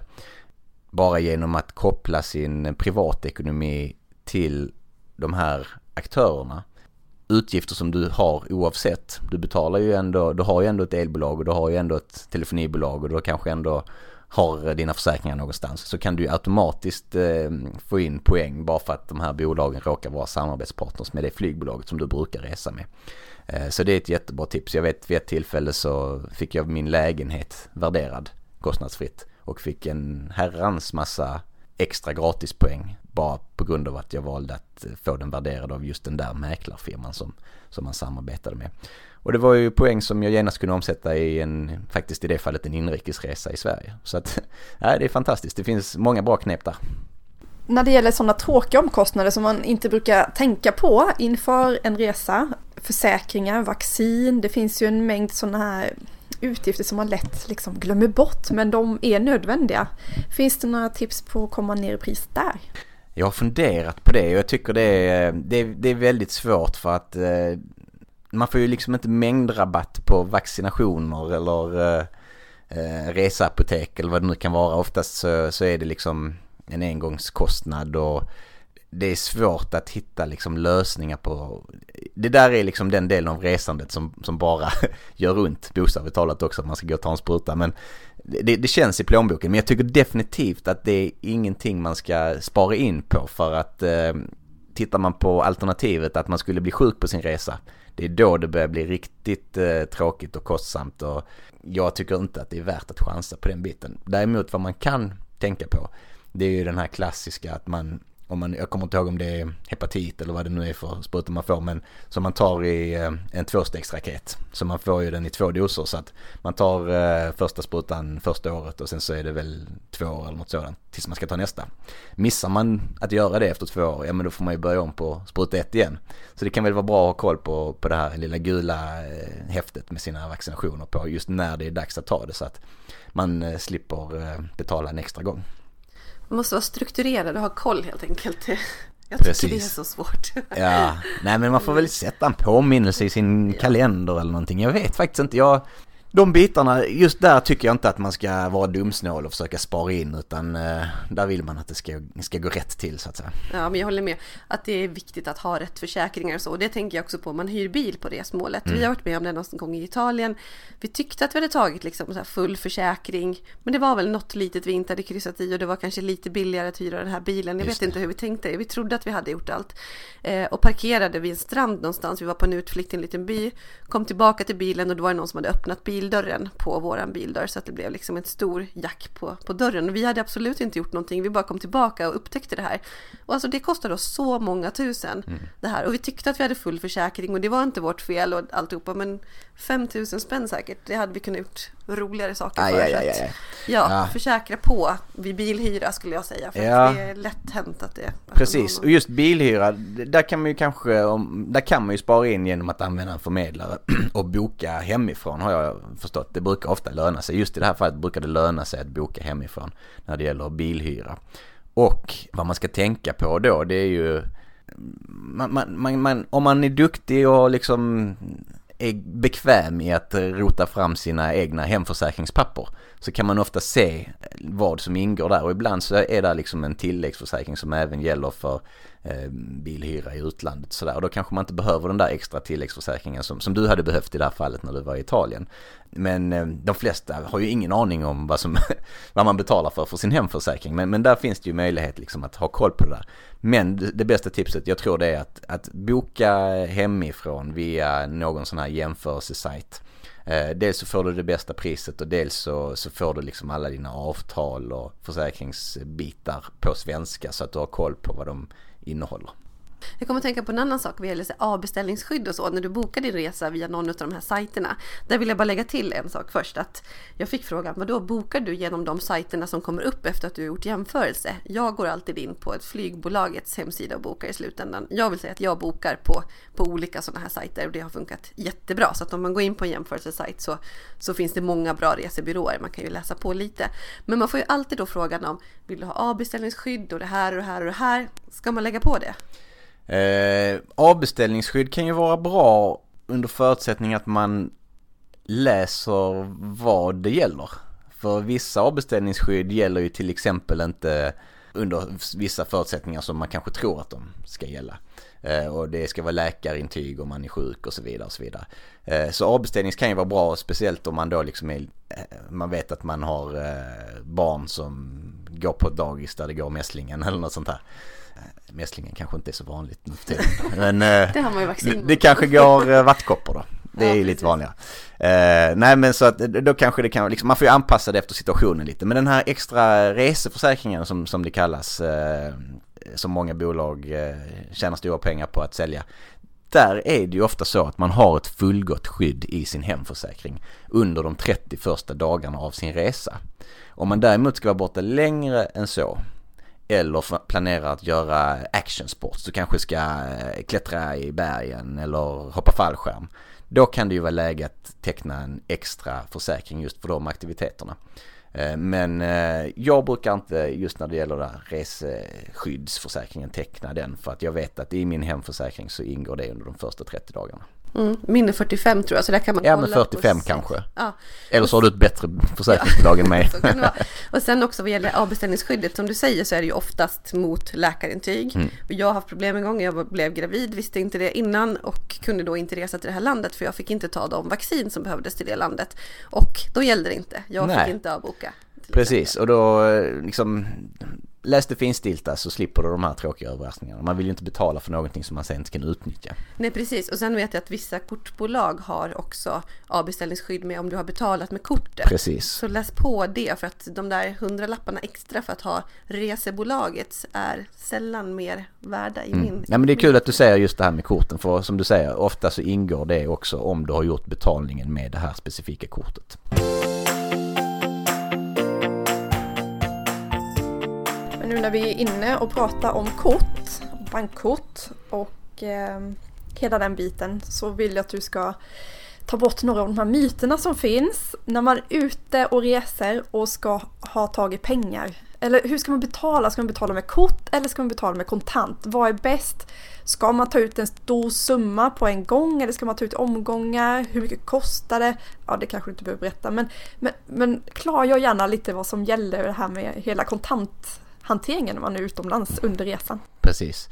Bara genom att koppla sin privatekonomi till de här aktörerna. Utgifter som du har oavsett. Du betalar ju ändå, du har ju ändå ett elbolag och du har ju ändå ett telefonibolag, och du kanske ändå har dina försäkringar någonstans, så kan du automatiskt få in poäng bara för att de här bolagen råkar vara samarbetspartners med det flygbolaget som du brukar resa med. Så det är ett jättebra tips. Jag vet, vid ett tillfälle så fick jag min lägenhet värderad kostnadsfritt och fick en herrans massa extra gratispoäng bara på grund av att jag valde att få den värderad av just den där mäklarfirman som man samarbetade med. Och det var ju poäng som jag genast kunde omsätta faktiskt i det fallet en inrikesresa i Sverige. Så att, ja, det är fantastiskt. Det finns många bra knep där. När det gäller sådana tråkiga omkostnader som man inte brukar tänka på inför en resa, försäkringar, vaccin, det finns ju en mängd sådana här utgifter som man lätt liksom glömmer bort, men de är nödvändiga. Finns det några tips på att komma ner i pris där? Jag har funderat på det, och jag tycker det är väldigt svårt, för att man får ju liksom inte mängdrabatt på vaccinationer eller reseapotek eller vad det nu kan vara. Oftast så är det liksom en engångskostnad, och det är svårt att hitta liksom lösningar på. Det där är liksom den delen av resandet som bara gör ont, bokstavligt talat också, att man ska gå och ta en spruta. Men det känns i plånboken. Men jag tycker definitivt att det är ingenting man ska spara in på, för att tittar man på alternativet att man skulle bli sjuk på sin resa, det är då det börjar bli riktigt tråkigt och kostsamt, och jag tycker inte att det är värt att chansa på den biten. Däremot vad man kan tänka på, det är ju den här klassiska att jag kommer inte ihåg om det är hepatit eller vad det nu är för sprutor man får, men som man tar i en 2-stegsraket. Så man får ju den i 2 doser, så att man tar första sprutan första året, och sen så är det väl 2 år eller något sådant tills man ska ta nästa. Missar man att göra det efter 2 år, ja, men då får man ju börja om på spruta 1 igen. Så det kan väl vara bra att ha koll på det här lilla gula häftet med sina vaccinationer på just när det är dags att ta det, så att man slipper betala en extra gång. Man måste vara strukturerad och ha koll helt enkelt. Jag tycker det är så svårt. Ja, nej men man får väl sätta en påminnelse i sin kalender eller någonting. Jag vet faktiskt inte. De bitarna, just där tycker jag inte att man ska vara dumsnål och försöka spara in, utan där vill man att det ska gå rätt till så att säga. Ja, men jag håller med att det är viktigt att ha rätt försäkringar och så. Och det tänker jag också på om man hyr bil på resmålet. Vi har varit med om det någon gång i Italien. Vi tyckte att vi hade tagit liksom så här full försäkring, men det var väl något litet vi inte hade kryssat i och det var kanske lite billigare att hyra den här bilen. Jag vet inte hur vi tänkte det. Vi trodde att vi hade gjort allt. Och parkerade vid en strand någonstans. Vi var på en utflykt i en liten by. Kom tillbaka till bilen och då var det någon som hade öppnat bildörren på våran bildörr så att det blev liksom en stor jack på dörren. Och vi hade absolut inte gjort någonting. Vi bara kom tillbaka och upptäckte det här. Och alltså det kostade oss så många tusen det här. Och vi tyckte att vi hade full försäkring och det var inte vårt fel och alltihopa, men 5 000 spänn säkert. Det hade vi kunnat gjort roligare saker för. Ja, försäkra på vid bilhyra skulle jag säga. För det är lätt hänt att det... Precis, och just bilhyra, där kan man ju där kan man ju spara in genom att använda en förmedlare och boka hemifrån, har jag förstått. Det brukar ofta löna sig. Just i det här fallet brukar det löna sig att boka hemifrån när det gäller bilhyra. Och vad man ska tänka på då, det är ju om man är duktig och liksom är bekväm i att rota fram sina egna hemförsäkringspapper, så kan man ofta se vad som ingår där, och ibland så är det liksom en tilläggsförsäkring som även gäller för bilhyra i utlandet så där. Och då kanske man inte behöver den där extra tilläggsförsäkringen som du hade behövt i det här fallet när du var i Italien. Men de flesta har ju ingen aning om vad man betalar för sin hemförsäkring, men där finns det ju möjlighet liksom att ha koll på det där. Men det bästa tipset, jag tror det är att boka hemifrån via någon sån här jämförelsesajt. Dels så får du det bästa priset och dels så får du liksom alla dina avtal och försäkringsbitar på svenska så att du har koll på vad de innehåller. Jag kommer att tänka på en annan sak vad gäller avbeställningsskydd och så. När du bokar din resa via någon av de här sajterna. Där vill jag bara lägga till en sak först. Att jag fick frågan, vadå bokar du genom de sajterna som kommer upp efter att du har gjort jämförelse? Jag går alltid in på ett flygbolagets hemsida och bokar i slutändan. Jag vill säga att jag bokar på olika sådana här sajter och det har funkat jättebra. Så att om man går in på en jämförelsesajt så finns det många bra resebyråer. Man kan ju läsa på lite. Men man får ju alltid då frågan om, vill du ha avbeställningsskydd och det här och det här och det här? Ska man lägga på det? Avbeställningsskydd kan ju vara bra under förutsättning att man läser vad det gäller. För vissa avbeställningsskydd gäller ju till exempel inte under vissa förutsättningar som man kanske tror att de ska gälla. Och det ska vara läkarintyg om man är sjuk och så vidare och så vidare. Så avbeställning kan ju vara bra, speciellt om man då liksom man vet att man har barn som går på ett dagis där det går mässlingen eller något sånt här. Mässlingen kanske inte är så vanligt nu för tiden. Men det har man ju vaccin. Det kanske går vattkoppor då. Det är lite vanligare. Nej, men så att då kanske det kan liksom, man får ju anpassa det efter situationen lite. Men den här extra reseförsäkringen som det kallas, som många bolag tjänar stora pengar på att sälja. Där är det ju ofta så att man har ett fullgott skydd i sin hemförsäkring under de 30 första dagarna av sin resa. Om man däremot ska vara borta längre än så, eller planerar att göra actionsport, så kanske ska klättra i bergen eller hoppa fallskärm, då kan det ju vara läge att teckna en extra försäkring just för de aktiviteterna. Men jag brukar inte, just när det gäller där reseskyddsförsäkringen, teckna den, för att jag vet att i min hemförsäkring så ingår det under de första 30 dagarna. Min är 45 tror jag, så där kan man kolla. Ja, men 45 kanske. Ja. Eller så har du ett bättre försäkringsbolag än mig. Och sen också vad gäller avbeställningsskyddet, som du säger så är det ju oftast mot läkarintyg. Jag har haft problem en gång, jag blev gravid, visste inte det innan och kunde då inte resa till det här landet för jag fick inte ta de vaccin som behövdes till det landet. Och då gällde det inte, jag fick inte avboka. Precis, och då liksom läs det finstilta så slipper du de här tråkiga överraskningarna. Man vill ju inte betala för någonting som man sen inte kan utnyttja. Nej, precis. Och sen vet jag att vissa kortbolag har också avbeställningsskydd med om du har betalat med kortet. Precis. Så läs på det, för att de där 100-lapparna extra för att ha resebolaget är sällan mer värda i min... Ja, men det är kul att du säger just det här med korten, för som du säger, ofta så ingår det också om du har gjort betalningen med det här specifika kortet. Nu när vi är inne och pratar om kort, bankkort och hela den biten, så vill jag att du ska ta bort några av de här myterna som finns när man är ute och reser och ska ha tagit pengar Eller hur ska man betala? Ska man betala med kort eller ska man betala med kontant? Vad är bäst? Ska man ta ut en stor summa på en gång eller ska man ta ut omgångar? Hur mycket kostar det? Ja, det kanske du inte behöver berätta. Men klargör gärna lite vad som gäller det här med hela kontanthanteringen när man är utomlands under resan. Precis.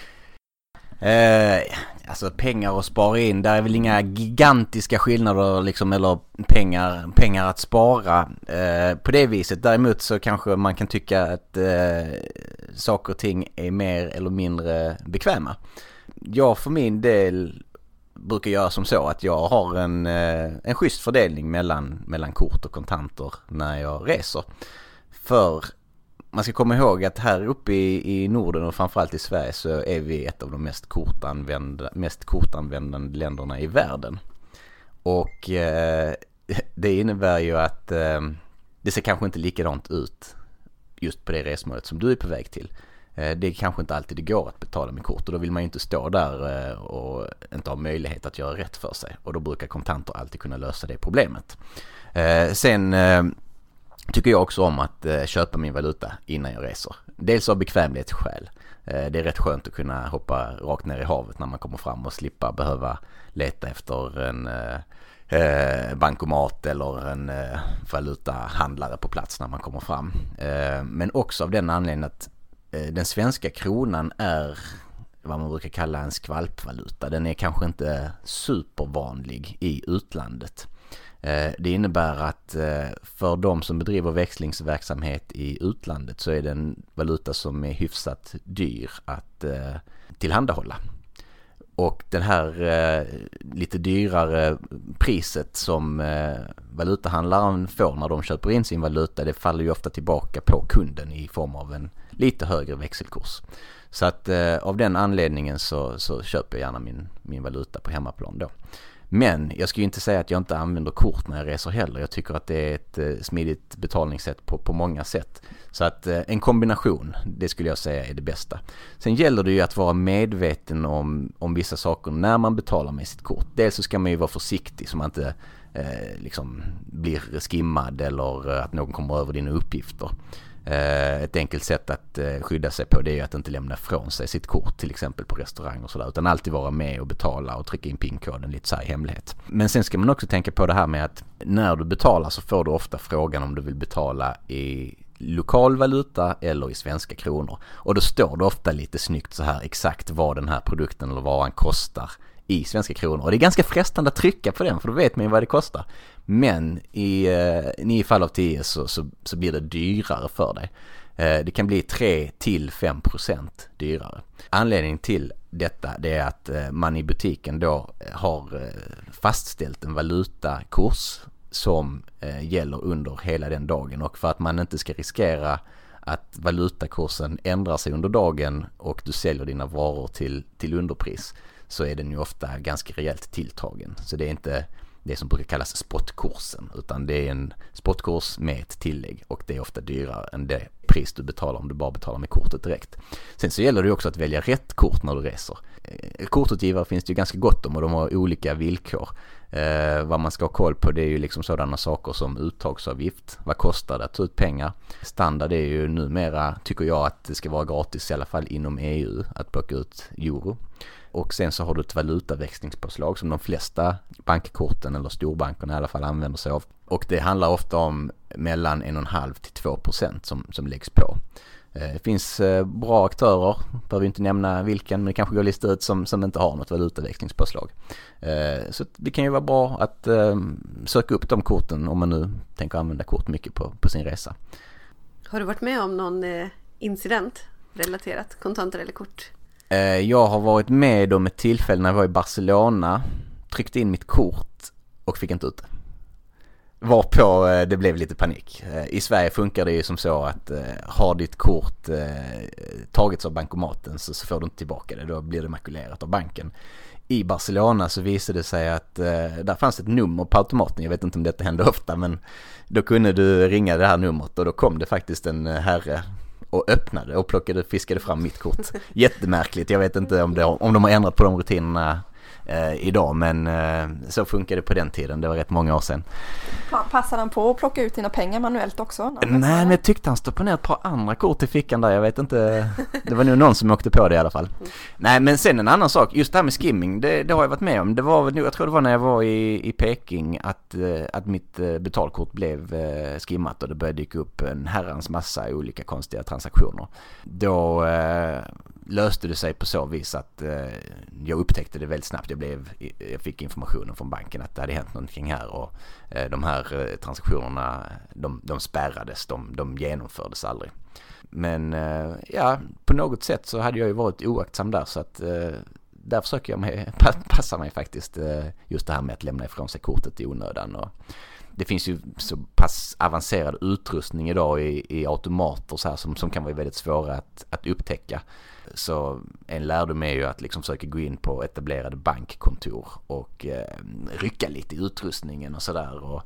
Alltså pengar att spara in, där är väl inga gigantiska skillnader liksom, eller pengar att spara på det viset. Däremot så kanske man kan tycka att saker och ting är mer eller mindre bekväma. Jag för min del brukar göra som så att jag har en schysst fördelning mellan kort och kontanter när jag reser. För man ska komma ihåg att här uppe i Norden och framförallt i Sverige så är vi ett av de mest kortanvändande länderna i världen. Och det innebär ju att det ser kanske inte likadant ut just på det resmålet som du är på väg till. Det är kanske inte alltid det går att betala med kort och då vill man ju inte stå där och inte ha möjlighet att göra rätt för sig. Och då brukar kontanter alltid kunna lösa det problemet. Sen tycker jag också om att köpa min valuta innan jag reser. Dels av bekvämlighetsskäl. Det är rätt skönt att kunna hoppa rakt ner i havet när man kommer fram och slippa behöva leta efter en bankomat eller en valutahandlare på plats när man kommer fram. Men också av den anledningen att den svenska kronan är vad man brukar kalla en skvalpvaluta. Den är kanske inte supervanlig i utlandet. Det innebär att för de som bedriver växlingsverksamhet i utlandet så är det en valuta som är hyfsat dyr att tillhandahålla. Och den här lite dyrare priset som valutahandlaren får när de köper in sin valuta, det faller ju ofta tillbaka på kunden i form av en lite högre växelkurs. Så att av den anledningen så köper jag gärna min valuta på hemmaplan då. Men jag skulle inte säga att jag inte använder kort när jag reser heller. Jag tycker att det är ett smidigt betalningssätt på många sätt. Så att en kombination, det skulle jag säga är det bästa. Sen gäller det ju att vara medveten om vissa saker när man betalar med sitt kort. Dels så ska man ju vara försiktig så man inte liksom blir skimmad eller att någon kommer över dina uppgifter. Ett enkelt sätt att skydda sig på det är att inte lämna ifrån sig sitt kort till exempel på restaurang och sådär, utan alltid vara med och betala och trycka in PIN-koden lite så här i hemlighet. Men sen ska man också tänka på det här med att när du betalar så får du ofta frågan om du vill betala i lokal valuta eller i svenska kronor. Och då står det ofta lite snyggt så här exakt vad den här produkten eller varan kostar i svenska kronor. Och det är ganska frestande att trycka på den för då vet man ju vad det kostar. Men i 9 fall av 10 så blir det dyrare för dig. Det kan bli 3-5% dyrare. Anledningen till detta det är att man i butiken då har fastställt en valutakurs som gäller under hela den dagen. Och för att man inte ska riskera att valutakursen ändrar sig under dagen och du säljer dina varor till underpris så är den ju ofta ganska rejält tilltagen. Så det är inte det som brukar kallas spotkursen utan det är en spotkurs med ett tillägg och det är ofta dyrare än det pris du betalar om du bara betalar med kortet direkt. Sen så gäller det också att välja rätt kort när du reser. Kortutgivare finns det ju ganska gott om och de har olika villkor. Vad man ska ha koll på det är ju liksom sådana saker som uttagsavgift. Vad kostar det att ta ut pengar? Standard är ju numera, tycker jag, att det ska vara gratis i alla fall inom EU att plocka ut euro. Och sen så har du ett valutaväxlingspåslag som de flesta bankkorten eller storbankerna i alla fall använder sig av. Och det handlar ofta om mellan 1,5-2% som läggs på. Det finns bra aktörer, behöver inte nämna vilken, men det kanske går lista ut som inte har något valutaväxlingspåslag. Så det kan ju vara bra att söka upp de korten om man nu tänker använda kort mycket på sin resa. Har du varit med om någon incident relaterat kontanter eller kort? Jag har varit med om ett tillfälle när jag var i Barcelona, tryckte in mitt kort och fick inte ut det. Varpå det blev lite panik. I Sverige funkar det ju som så att har ditt kort tagits av bankomaten så får du inte tillbaka det. Då blir det makulerat av banken. I Barcelona så visade det sig att där fanns ett nummer på automaten. Jag vet inte om detta hände ofta, men då kunde du ringa det här numret och då kom det faktiskt en herre och öppnade och fiskade fram mitt kort. Jättemärkligt. Jag vet inte om de har ändrat på de rutinerna idag, men så funkade det på den tiden. Det var rätt många år sedan. Passade han på att plocka ut dina pengar manuellt också? Nej, men jag tyckte han stod på ner ett par andra kort i fickan där. Jag vet inte, det var nog någon som åkte på det i alla fall. Nej, men sen en annan sak, just det här med skimming, det har jag varit med om. Det var, jag tror det var när jag var i Peking att mitt betalkort blev skimmat och det började dyka upp en herrans massa olika konstiga transaktioner. Då löste det sig på så vis att jag upptäckte det väldigt snabbt. Jag fick informationen från banken att det hade hänt någonting här och de här transaktionerna de spärrades, de genomfördes aldrig. Men på något sätt så hade jag ju varit oaktsam där, så att där försöker jag passa mig faktiskt just det här med att lämna ifrån sig kortet i onödan. Och det finns ju så pass avancerad utrustning idag i automater så här som kan vara väldigt svåra att upptäcka. Så en lärdom är ju att liksom försöka gå in på etablerade bankkontor och rycka lite i utrustningen och sådär och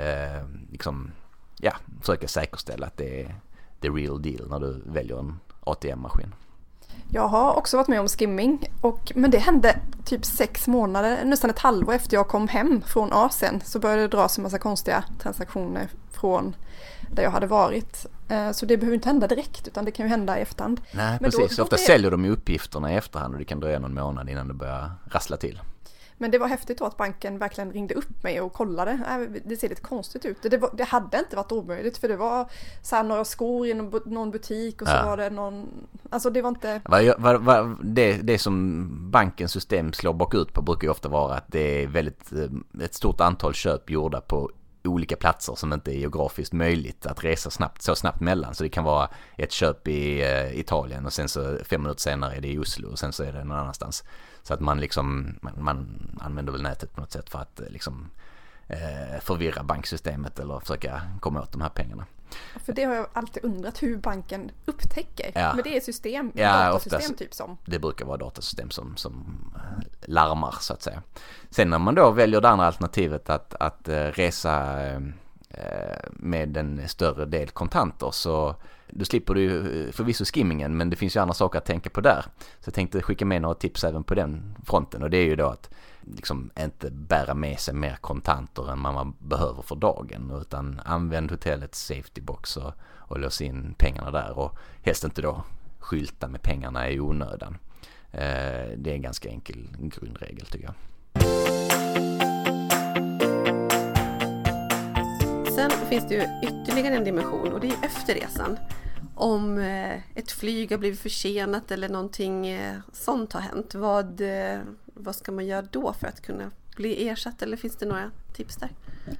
försöka säkerställa att det är the real deal när du väljer en ATM-maskin. Jag har också varit med om skimming, men det hände typ 6 månader, nästan ett halvår efter jag kom hem från Asien, så började det dras en massa konstiga transaktioner från där jag hade varit. Så det behöver inte hända direkt, utan det kan ju hända i efterhand. Nej, men precis. Ofta säljer de ju uppgifterna i efterhand och det kan dröja någon månad innan det börjar rassla till. Men det var häftigt då att banken verkligen ringde upp mig och kollade. Det ser lite konstigt ut. Det hade inte varit omöjligt, för det var så här några skor i någon butik och så var det någon... Alltså det var inte... Det som bankens system slår bakut på brukar ju ofta vara att det är väldigt ett stort antal köp gjorda på olika platser som inte är geografiskt möjligt att resa så snabbt mellan. Så det kan vara ett köp i Italien och sen så 5 minuter senare är det i Oslo och sen så är det någon annanstans. Så att man använder väl nätet på något sätt för att förvirra banksystemet eller försöka komma åt de här pengarna. För det har jag alltid undrat hur banken upptäcker. Men det är system, datasystem typ som. Det brukar vara datasystem som larmar så att säga. Sen när man då väljer det andra alternativet att resa med en större del kontanter, så då slipper du förvisso skimmingen, men det finns ju andra saker att tänka på där. Så jag tänkte skicka med några tips även på den fronten, och det är ju då att liksom inte bära med sig mer kontanter än man behöver för dagen, utan använd hotellets safety box och lås in pengarna där, och helst inte då skylta med pengarna i onödan. Det är en ganska enkel grundregel tycker jag. Sen finns det ju ytterligare en dimension, och det är efter resan. Om ett flyg har blivit försenat eller någonting sånt har hänt, vad ska man göra då för att kunna bli ersatt, eller finns det några tips där?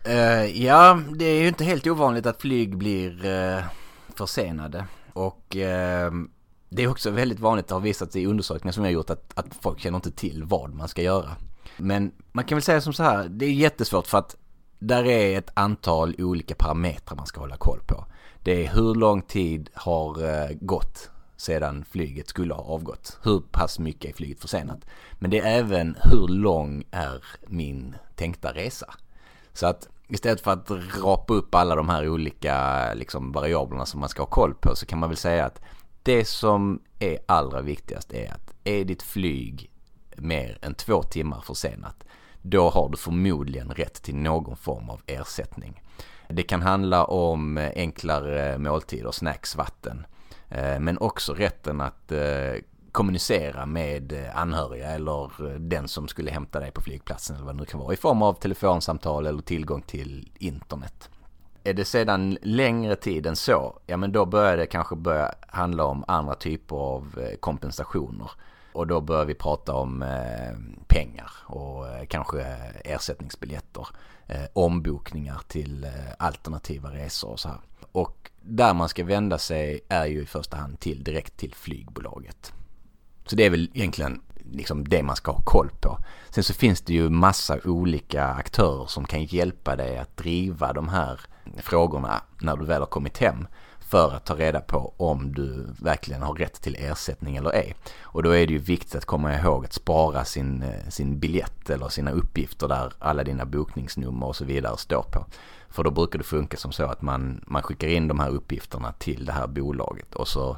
Det är ju inte helt ovanligt att flyg blir försenade, och det är också väldigt vanligt, att det har visat sig i undersökningar som jag har gjort att folk känner inte till vad man ska göra. Men man kan väl säga som så här, det är jättesvårt för att där är ett antal olika parametrar man ska hålla koll på. Det är hur lång tid har gått sedan flyget skulle ha avgått. Hur pass mycket är flyget försenat. Men det är även hur lång är min tänkta resa. Så att istället för att rapa upp alla de här olika variablerna som man ska ha koll på, så kan man väl säga att det som är allra viktigast är att är ditt flyg mer än 2 timmar försenat, då har du förmodligen rätt till någon form av ersättning. Det kan handla om enklare måltider, snacks, vatten. Men också rätten att kommunicera med anhöriga eller den som skulle hämta dig på flygplatsen eller vad det nu kan vara, i form av telefonsamtal eller tillgång till internet. Är det sedan längre tid än så, men då börjar det kanske handla om andra typer av kompensationer. Och då börjar vi prata om pengar och kanske ersättningsbiljetter, ombokningar till alternativa resor och så här. Och där man ska vända sig är ju i första hand direkt till flygbolaget. Så det är väl egentligen det man ska ha koll på. Sen så finns det ju massa olika aktörer som kan hjälpa dig att driva de här frågorna när du väl har kommit hem, för att ta reda på om du verkligen har rätt till ersättning eller ej. Och då är det ju viktigt att komma ihåg att spara sin biljett eller sina uppgifter där alla dina bokningsnummer och så vidare står på. För då brukar det funka som så att man skickar in de här uppgifterna till det här bolaget, och så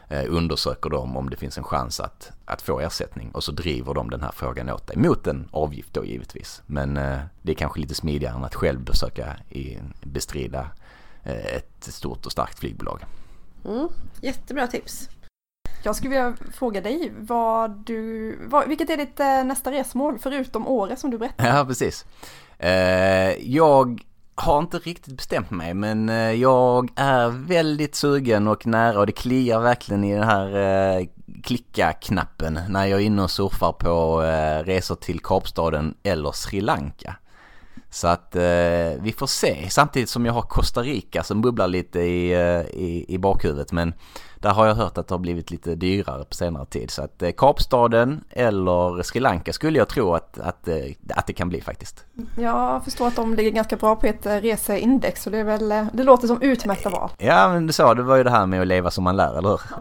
undersöker de om det finns en chans att få ersättning, och så driver de den här frågan åt dig mot en avgift då givetvis. Men det är kanske lite smidigare än att själv besöka bestrida ett stort och starkt flygbolag. Jättebra tips. Jag skulle vilja fråga dig, vilket är ditt nästa resmål förutom Åre som du berättade? Ja, precis. Jag har inte riktigt bestämt mig, men jag är väldigt sugen och nära, och det kliar verkligen i den här klicka-knappen när jag är inne och surfar på resor till Kapstaden eller Sri Lanka. Så att vi får se, samtidigt som jag har Costa Rica som bubblar lite i bakhuvudet, men där har jag hört att det har blivit lite dyrare på senare tid. Så att Kapstaden eller Sri Lanka skulle jag tro att det kan bli faktiskt. Jag förstår att de ligger ganska bra på ett reseindex, så det låter som utmärkta val. Ja, men det var ju det här med att leva som man lär, eller hur?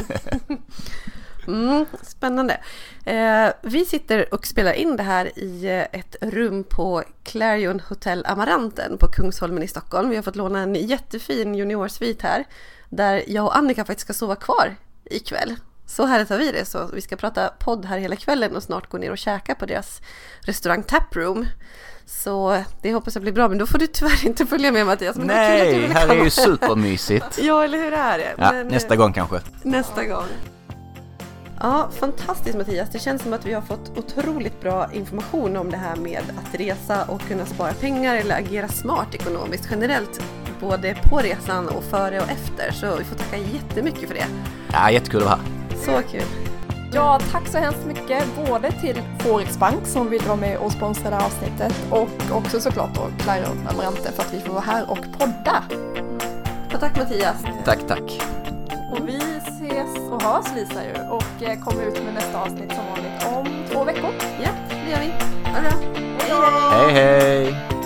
Spännande. Vi sitter och spelar in det här i ett rum på Clarion Hotel Amaranten på Kungsholmen i Stockholm. Vi har fått låna en jättefin juniorsvit här, där jag och Annika faktiskt ska sova kvar ikväll. Så härligt har vi det, så vi ska prata podd här hela kvällen och snart gå ner och käka på deras restaurang Taproom. Så det hoppas jag blir bra, men då får du tyvärr inte följa med, Mattias. Men nej, här är ju supermysigt. Ja, eller hur är det? Ja, men nästa gång kanske. Nästa gång. Ja, fantastiskt Mattias. Det känns som att vi har fått otroligt bra information om det här med att resa och kunna spara pengar eller agera smart ekonomiskt generellt, både på resan och före och efter. Så vi får tacka jättemycket för det. Ja, jättekul att vara här. Så kul. Ja, tack så hemskt mycket både till Forex Bank som vill vara med och sponsra det här avsnittet, och också såklart då Clarion Amaranten för att vi får vara här och podda. Och tack Mattias. Tack. Och vi ses och hörs, Lisa, ju, och kommer ut med nästa avsnitt som vanligt om 2 veckor. Ja, det gör vi. Ha det bra. Hej hej!